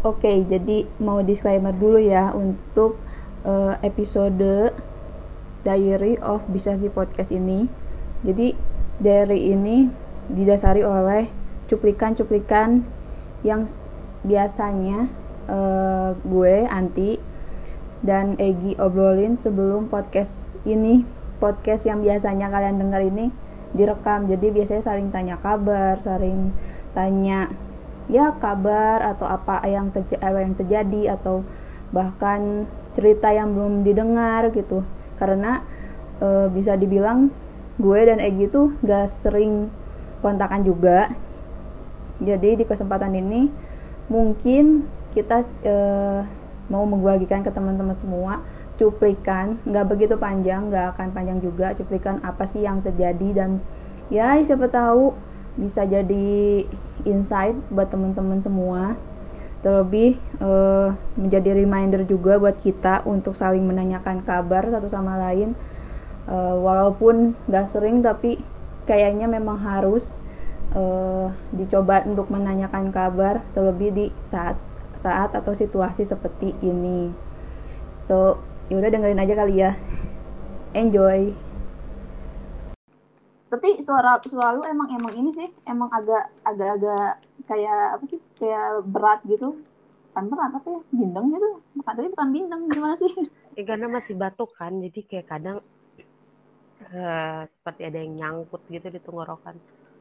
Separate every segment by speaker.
Speaker 1: Oke, jadi mau disclaimer dulu ya untuk episode Diary of Bisasi Podcast ini. Jadi diary ini didasari oleh cuplikan-cuplikan yang biasanya gue, Anti, dan Egi obrolin sebelum podcast ini. Podcast yang biasanya kalian dengar ini direkam. Jadi biasanya saling tanya kabar, saling tanya ya kabar atau apa yang terjadi atau bahkan cerita yang belum didengar gitu. Karena bisa dibilang gue dan Egi tuh gak sering kontakan juga. Jadi di kesempatan ini mungkin kita mau membagikan ke teman-teman semua cuplikan, nggak begitu panjang, nggak akan panjang juga, cuplikan apa sih yang terjadi, dan ya siapa tahu bisa jadi insight buat teman-teman semua. Terlebih menjadi reminder juga buat kita untuk saling menanyakan kabar satu sama lain, walaupun nggak sering tapi kayaknya memang harus dicoba untuk menanyakan kabar, terlebih di saat atau situasi seperti ini. So yaudah dengerin aja kali ya, enjoy. Tapi suara lu emang ini sih emang agak kayak apa sih, kayak berat gitu, bukan berat apa ya, bindeng gitu, tapi bukan bindeng, gimana sih?
Speaker 2: Karena masih batuk kan, jadi kayak kadang seperti ada yang nyangkut gitu di tenggorokan.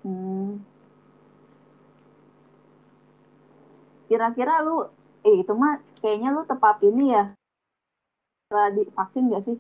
Speaker 1: Kira-kira lu itu mah kayaknya lu tepat ini ya, di vaksin gak sih?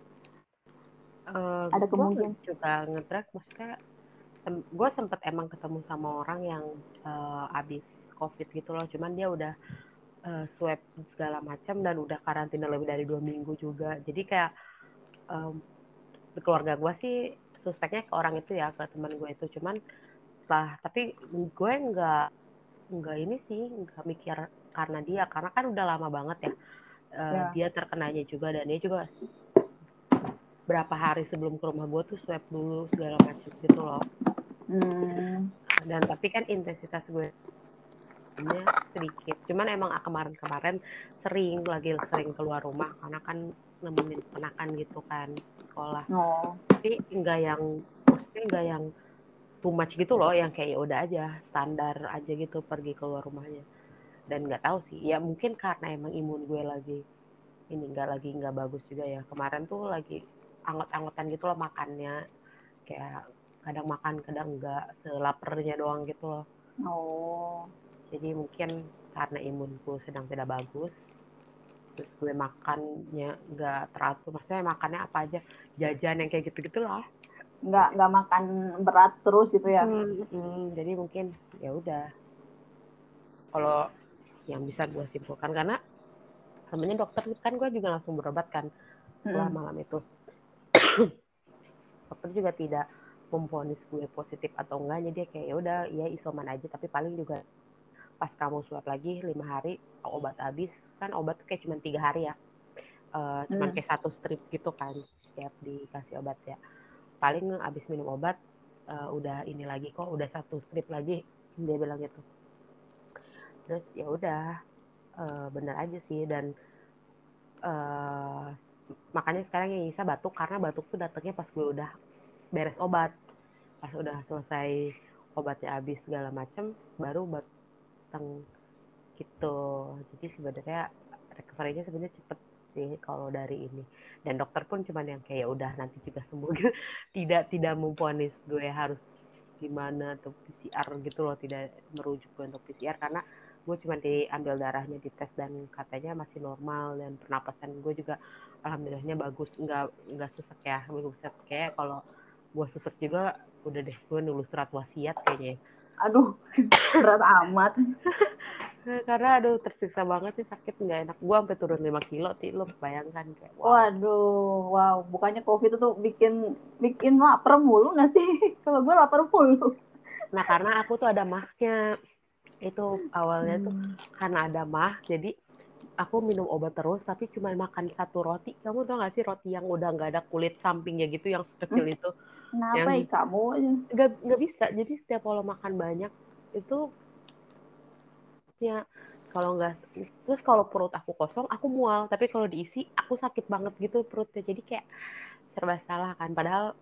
Speaker 1: Ada kemungkinan
Speaker 2: juga nge-track, maksudnya gue sempet emang ketemu sama orang yang abis COVID gitu loh, cuman dia udah swab segala macam dan udah karantina lebih dari 2 minggu juga. Jadi kayak keluarga gue sih suspeknya ke orang itu ya, ke teman gue itu. Cuman tapi gue nggak ini sih, nggak mikir karena dia, karena kan udah lama banget ya. Dia terkenanya juga, dan dia juga berapa hari sebelum ke rumah gue tuh swab dulu segala macam gitu loh. Dan tapi kan intensitas gue sedikit, cuman emang kemarin sering keluar rumah karena kan nemenin ponakan gitu kan sekolah. Tapi maksudnya nggak yang too much gitu loh, yang kayak udah aja standar aja gitu pergi keluar rumahnya. Dan nggak tahu sih, ya mungkin karena emang imun gue lagi nggak bagus juga ya. Kemarin tuh lagi anget-angetan gitu loh makannya, kayak kadang makan kadang enggak, selapernya doang gitu loh. Jadi mungkin karena imunku sedang tidak bagus, terus gue makannya nggak teratur, maksudnya makannya apa aja, jajan yang kayak gitu-gitu lah,
Speaker 1: nggak makan berat terus gitu ya.
Speaker 2: Jadi mungkin ya udah, kalau yang bisa gue simpulkan, karena namanya dokter kan, gue juga langsung berobat kan setelah malam itu. Dokter juga tidak memvonis gue positif atau enggak, jadi kayak ya udah ya isoman aja, tapi paling juga pas kamu swab lagi 5 hari obat habis, kan obat kayak cuma 3 hari ya, cuman kayak 1 strip gitu kan setiap dikasih obat ya, paling habis minum obat udah ini lagi kok, udah 1 strip lagi, dia bilang gitu. Terus ya udah bener aja sih. Dan makanya sekarang yang Isa batuk, karena batuk tuh datangnya pas gue udah beres obat, pas udah selesai obatnya habis segala macam, baru datang gitu. Jadi sebenarnya recovery-nya sebenarnya cepet sih kalau dari ini. Dan dokter pun cuman yang kayak udah nanti juga sembuh gitu. tidak memvonis gue harus gimana atau PCR gitu loh, tidak merujuk gue untuk PCR, karena gue cuma diambil darahnya, dites, dan katanya masih normal, dan pernapasan gue juga alhamdulillahnya bagus, nggak sesek ya. Kayak kalau gue sesek juga udah deh, gue nulis surat wasiat kayaknya.
Speaker 1: Aduh, berat amat.
Speaker 2: Karena tersiksa banget sih, sakit, nggak enak. Gue sampai turun 5 kilo sih, lo bayangkan kayak wow.
Speaker 1: Waduh, wow, bukannya COVID itu bikin lapar mulu nggak sih? Kalau gue lapar mulu.
Speaker 2: Nah karena aku tuh ada mahnya, itu awalnya tuh karena ada mah, jadi aku minum obat terus tapi cuma makan 1 roti. Kamu tau gak sih roti yang udah nggak ada kulit sampingnya gitu, yang sekecil itu?
Speaker 1: Kenapa
Speaker 2: Yang
Speaker 1: kamu aja?
Speaker 2: nggak bisa. Jadi setiap kalau makan banyak itu perutnya. Kalau nggak, terus kalau perut aku kosong aku mual, tapi kalau diisi aku sakit banget gitu perutnya. Jadi kayak serba salah kan. Padahal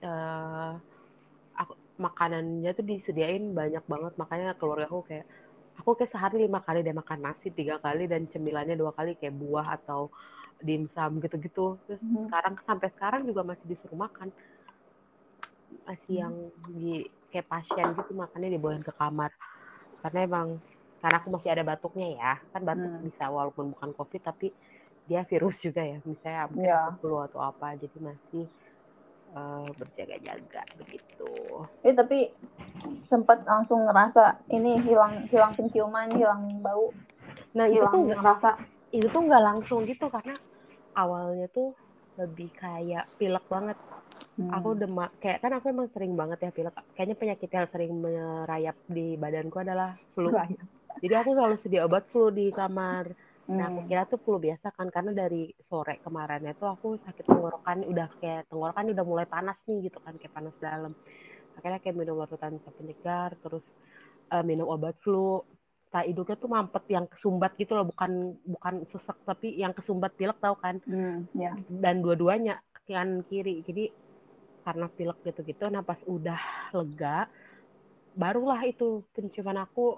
Speaker 2: makanannya tuh disediain banyak banget, makanya keluarga aku kayak sehari 5 kali deh makan nasi, 3 kali dan cemilannya 2 kali kayak buah atau dimsum gitu-gitu. Terus sampai sekarang juga masih disuruh makan, masih yang kayak pasien gitu, makannya dibawain ke kamar karena aku masih ada batuknya ya, kan batuk bisa walaupun bukan COVID tapi dia virus juga ya, misalnya mungkin aku flu atau apa, jadi masih berjaga-jaga begitu.
Speaker 1: Tapi sempat langsung ngerasa ini hilang penciuman, hilang bau.
Speaker 2: Nah itu tuh nggak langsung gitu, karena awalnya tuh lebih kayak pilek banget. Aku kayak kan aku emang sering banget ya pilek. Kayaknya penyakit yang sering merayap di badanku adalah flu. Jadi aku selalu sedia obat flu di kamar. Nah aku kira tuh flu biasa kan, karena dari sore kemarinnya tuh aku sakit tenggorokan, tenggorokan udah mulai panas nih gitu kan, kayak panas dalam. Akhirnya kayak minum larutan penyegar, terus minum obat flu. Hidungnya tuh mampet yang kesumbat gitu loh, bukan sesek tapi yang kesumbat pilek, tahu kan? Dan dua-duanya kanan kiri. Jadi karena pilek gitu-gitu, nah pas udah lega barulah itu penciuman aku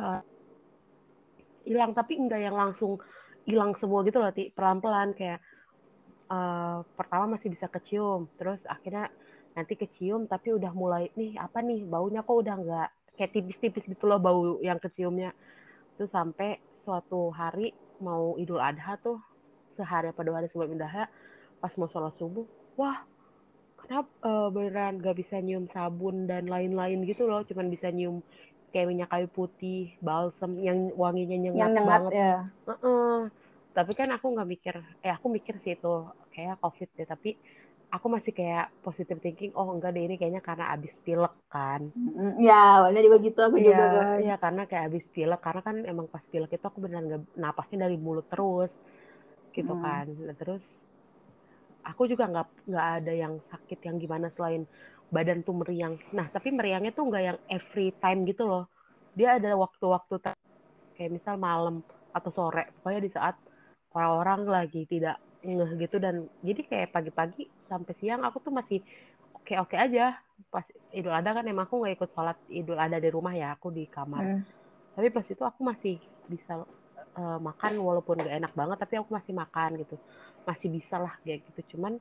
Speaker 2: hilang, tapi enggak yang langsung hilang semua gitu loh, pelan-pelan kayak pertama masih bisa kecium, terus akhirnya nanti kecium tapi udah mulai nih apa nih baunya kok udah enggak kayak tipis-tipis gitu loh bau yang keciumnya. Itu sampai suatu hari mau Idul Adha tuh, sehari apa 2 hari sebelum Idul Adha, pas mau sholat subuh, wah kenapa beneran gak bisa nyium sabun dan lain-lain gitu loh, cuman bisa nyium kayak minyak kayu putih, balsam yang wanginya nyengat banget
Speaker 1: ya.
Speaker 2: Tapi kan aku nggak mikir, aku mikir sih itu kayak COVID ya, tapi aku masih kayak positive thinking, oh enggak deh ini kayaknya karena abis pilek kan.
Speaker 1: Ya awalnya juga gitu aku juga kan.
Speaker 2: Iya karena kayak abis pilek, karena kan emang pas pilek itu aku beneran gak, napasnya dari mulut terus gitu kan. Nah, terus aku juga nggak ada yang sakit yang gimana selain badan tuh meriang. Nah tapi meriangnya tuh nggak yang every time gitu loh, dia ada waktu-waktu kayak misal malam atau sore, pokoknya di saat orang-orang lagi tidak ngeh gitu. Dan jadi kayak pagi-pagi sampai siang aku tuh masih oke-oke aja. Pas Idul Adha kan emang aku nggak ikut sholat Idul Adha di rumah ya, aku di kamar. Tapi pas itu aku masih bisa makan, walaupun gak enak banget tapi aku masih makan gitu, masih bisa lah kayak gitu. Cuman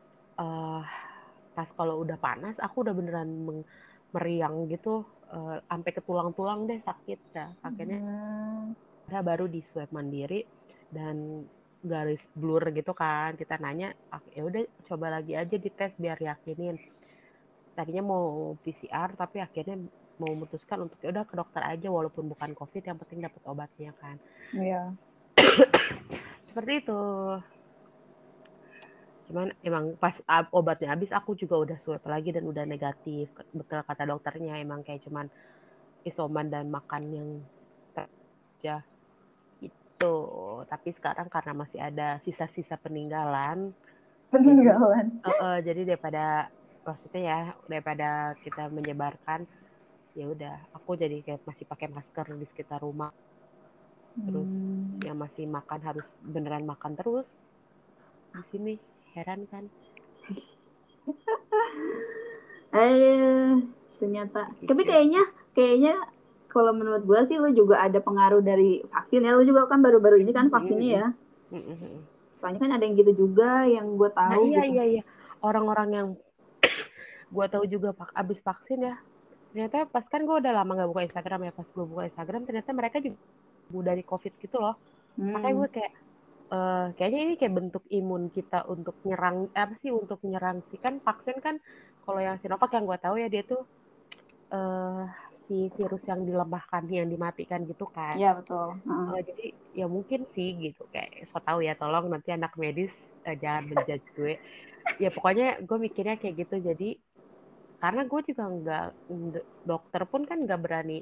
Speaker 2: pas kalau udah panas aku udah beneran meriang gitu, sampai ke tulang-tulang deh sakit ya. Akhirnya saya baru di swab mandiri dan garis blur gitu kan, kita nanya ya udah coba lagi aja dites biar yakinin. Tadinya mau PCR tapi akhirnya mau memutuskan untuk ya udah ke dokter aja walaupun bukan COVID, yang penting dapat obatnya kan.
Speaker 1: Iya.
Speaker 2: Seperti itu. Cuman emang pas obatnya habis aku juga udah swab lagi dan udah negatif. Betul kata dokternya, emang kayak cuman isoman dan makan yang aja itu. Tapi sekarang karena masih ada sisa-sisa peninggalan. Jadi daripada maksudnya ya, daripada kita menyebarkan, ya udah aku jadi kayak masih pakai masker di sekitar rumah. Terus yang masih makan harus beneran makan terus di sini, heran kan?
Speaker 1: Ternyata. Tapi kayaknya kalau menurut gue sih lu juga ada pengaruh dari vaksin ya. Lu juga kan baru-baru ini kan vaksinnya ya. Soalnya kan ada yang gitu juga yang gue tahu.
Speaker 2: Nah iya. Orang-orang yang gue tahu juga abis vaksin ya, ternyata pas kan gue udah lama gak buka Instagram ya, pas gue buka Instagram ternyata mereka juga dari COVID gitu loh. Makanya gue kayak kayaknya ini kayak bentuk imun kita untuk nyerang untuk nyerang sih kan vaksin kan. Kalau yang Sinovac yang gue tahu ya, dia tuh si virus yang dilemahkan, yang dimatikan gitu kan.
Speaker 1: Iya betul.
Speaker 2: Jadi ya mungkin sih gitu, kayak so tahu ya, tolong nanti anak medis jangan menjudge gue. Ya pokoknya gue mikirnya kayak gitu. Jadi karena gue juga nggak, dokter pun kan nggak berani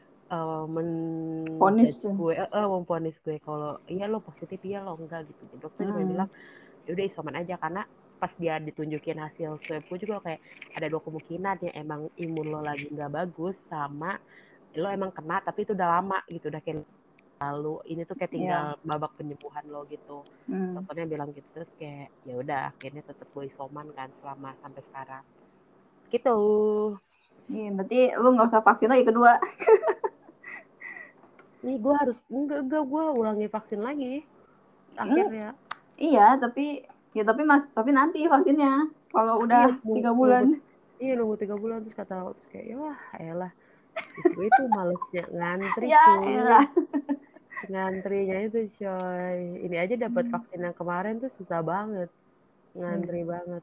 Speaker 2: memponis gue kalau iya lo positif, iya lo enggak gitu. Dokter cuma bilang ya udah isoman aja, karena pas dia ditunjukin hasil swab gue juga kayak ada 2 kemungkinan ya, emang imun lo lagi nggak bagus sama lo emang kena tapi itu udah lama gitu, udah kayak lalu, ini tuh kayak tinggal babak penyembuhan lo gitu. Dokternya bilang gitu, terus kayak ya udah akhirnya tetap gue isoman kan selama sampai sekarang gitu.
Speaker 1: Iya, berarti lu nggak usah vaksin lagi kedua.
Speaker 2: Nih gue harus enggak gue ulangi vaksin lagi akhirnya.
Speaker 1: Iya, tapi nanti vaksinnya kalau udah 3 bulan.
Speaker 2: Nunggu 3 bulan, terus kata terus kayak ya wah elah, justru itu malesnya ngantri
Speaker 1: Ya
Speaker 2: cuy.
Speaker 1: elah.
Speaker 2: Ngantrinya itu coy, ini aja dapat vaksin yang kemarin tuh susah banget, ngantri banget.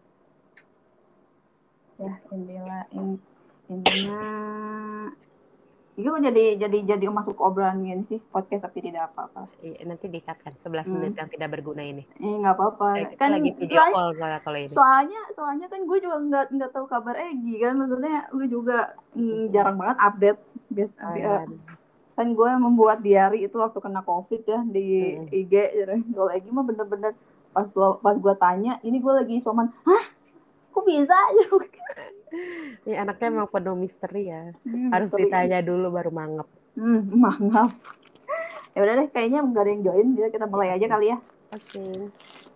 Speaker 1: Ya intinya itu jadi masuk obrolan gini sih podcast, tapi tidak apa-apa.
Speaker 2: Iya, nanti dikatakan 11 menit yang tidak berguna ini.
Speaker 1: Nggak apa-apa.
Speaker 2: Kita lagi video call kalau ini.
Speaker 1: Soalnya kan gue juga nggak tahu kabar Egi kan, maksudnya gue juga jarang banget update. Kan gue membuat diary itu waktu kena COVID ya di IG. Kalau Egi mah bener-bener pas gue tanya, ini gue lagi isoman, hah? Kok bisa aja?
Speaker 2: Ini anaknya emang penuh misteri ya. Harus ditanya dulu baru mangap.
Speaker 1: Mangap. Ya udah deh, kayaknya nggak ada yang join, kita mulai aja kali ya.
Speaker 2: Oke.